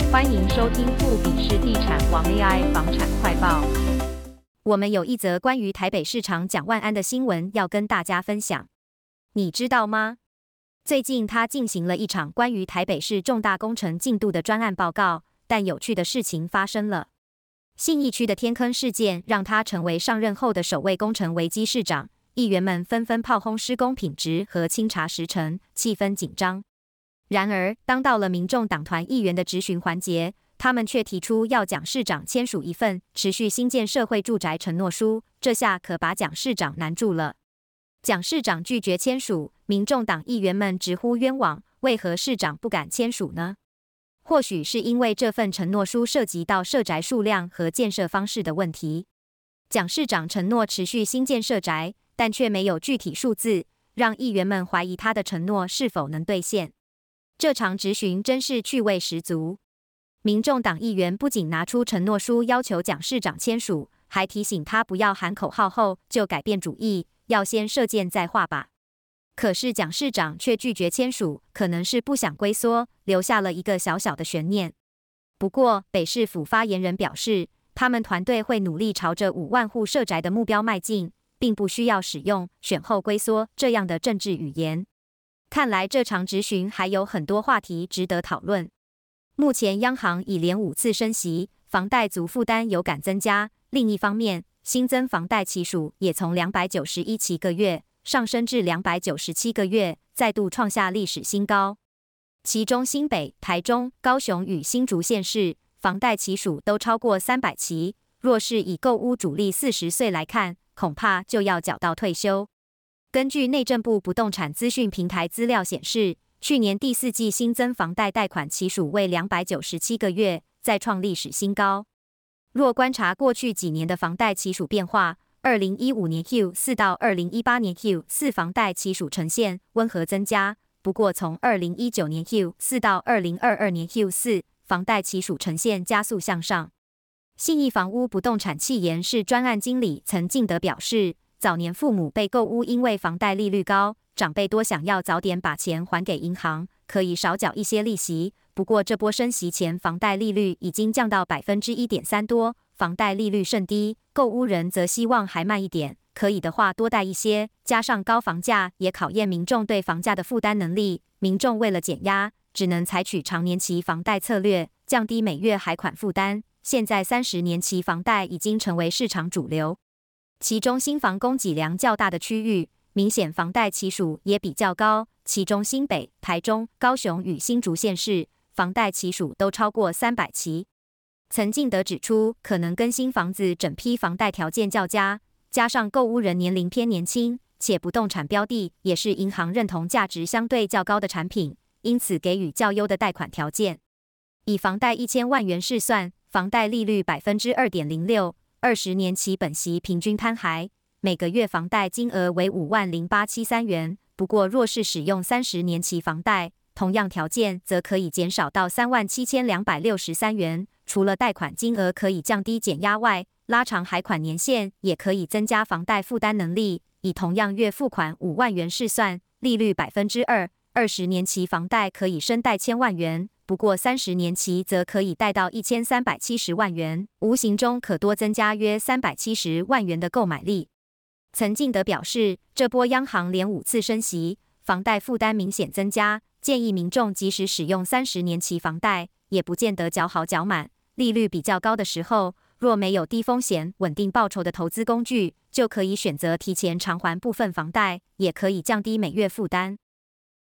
欢迎收听富比士地产王 AI 房产快报。 我们有一则关于台北市长蒋万安的新闻要跟大家分享，你知道吗？最近他进行了一场关于台北市重大工程进度的专案报告，但有趣的事情发生了。信义区的天坑事件让他成为上任后的首位工程危机市长，议员们纷纷炮轰施工品质和清查时程，气氛紧张。然而，当到了民众党团议员的质询环节，他们却提出要蒋市长签署一份持续兴建社会住宅承诺书，这下可把蒋市长难住了。蒋市长拒绝签署，民众党议员们直呼冤枉，为何市长不敢签署呢？或许是因为这份承诺书涉及到社宅数量和建设方式的问题。蒋市长承诺持续兴建社宅，但却没有具体数字，让议员们怀疑他的承诺是否能兑现。这场质询真是趣味十足。民众党议员不仅拿出承诺书要求蒋市长签署，还提醒他不要喊口号后就改变主意，要先射箭再画靶。可是蒋市长却拒绝签署，可能是不想龟缩，留下了一个小小的悬念。不过，北市府发言人表示，他们团队会努力朝着5万户社宅的目标迈进，并不需要使用选后龟缩这样的政治语言。看来这场质询还有很多话题值得讨论。目前央行已连5次升息，房贷族负担有感增加。另一方面，新增房贷期数也从291期个月上升至297个月，再度创下历史新高。其中新北、台中、高雄与新竹县市房贷期数都超过300期。若是以购屋主力40岁来看，恐怕就要缴到退休。根据内政部不动产资讯平台资料显示，去年第4季新增房贷贷款期数为297个月，再创历史新高。若观察过去几年的房贷期数变化，2015年 Q4 到2018年 Q4 房贷期数呈现温和增加，不过从2019年 Q4 到2022年 Q4 房贷期数呈现加速向上。信义房屋不动产企研室专案经理曾敬德表示，早年父母被购屋，因为房贷利率高，长辈多想要早点把钱还给银行，可以少缴一些利息。不过这波升息前，房贷利率已经降到 1.3% 多，房贷利率甚低，购屋人则希望还慢一点，可以的话多贷一些。加上高房价也考验民众对房价的负担能力，民众为了减压，只能采取长年期房贷策略，降低每月还款负担。现在30年期房贷已经成为市场主流。其中新房供给量较大的区域，明显房贷期数也比较高，其中新北、台中、高雄与新竹县市房贷期数都超过300期。曾敬德指出，可能跟新房子整批房贷条件较佳，加上购屋人年龄偏年轻，且不动产标的也是银行认同价值相对较高的产品，因此给予较优的贷款条件。以房贷1000万元试算，房贷利率 2.06%，20年期本息平均摊还，每个月房贷金额为50873元。不过若是使用30年期房贷，同样条件则可以减少到37263元。除了贷款金额可以降低减压外，拉长还款年限也可以增加房贷负担能力。以同样月付款5万元试算，利率 2%，20年期房贷可以申贷1000万元。不过30年期则可以贷到1370万元，无形中可多增加约370万元的购买力。曾敬德表示，这波央行连5次升息，房贷负担明显增加，建议民众即使使用30年期房贷，也不见得缴好缴满。利率比较高的时候，若没有低风险、稳定报酬的投资工具，就可以选择提前偿还部分房贷，也可以降低每月负担。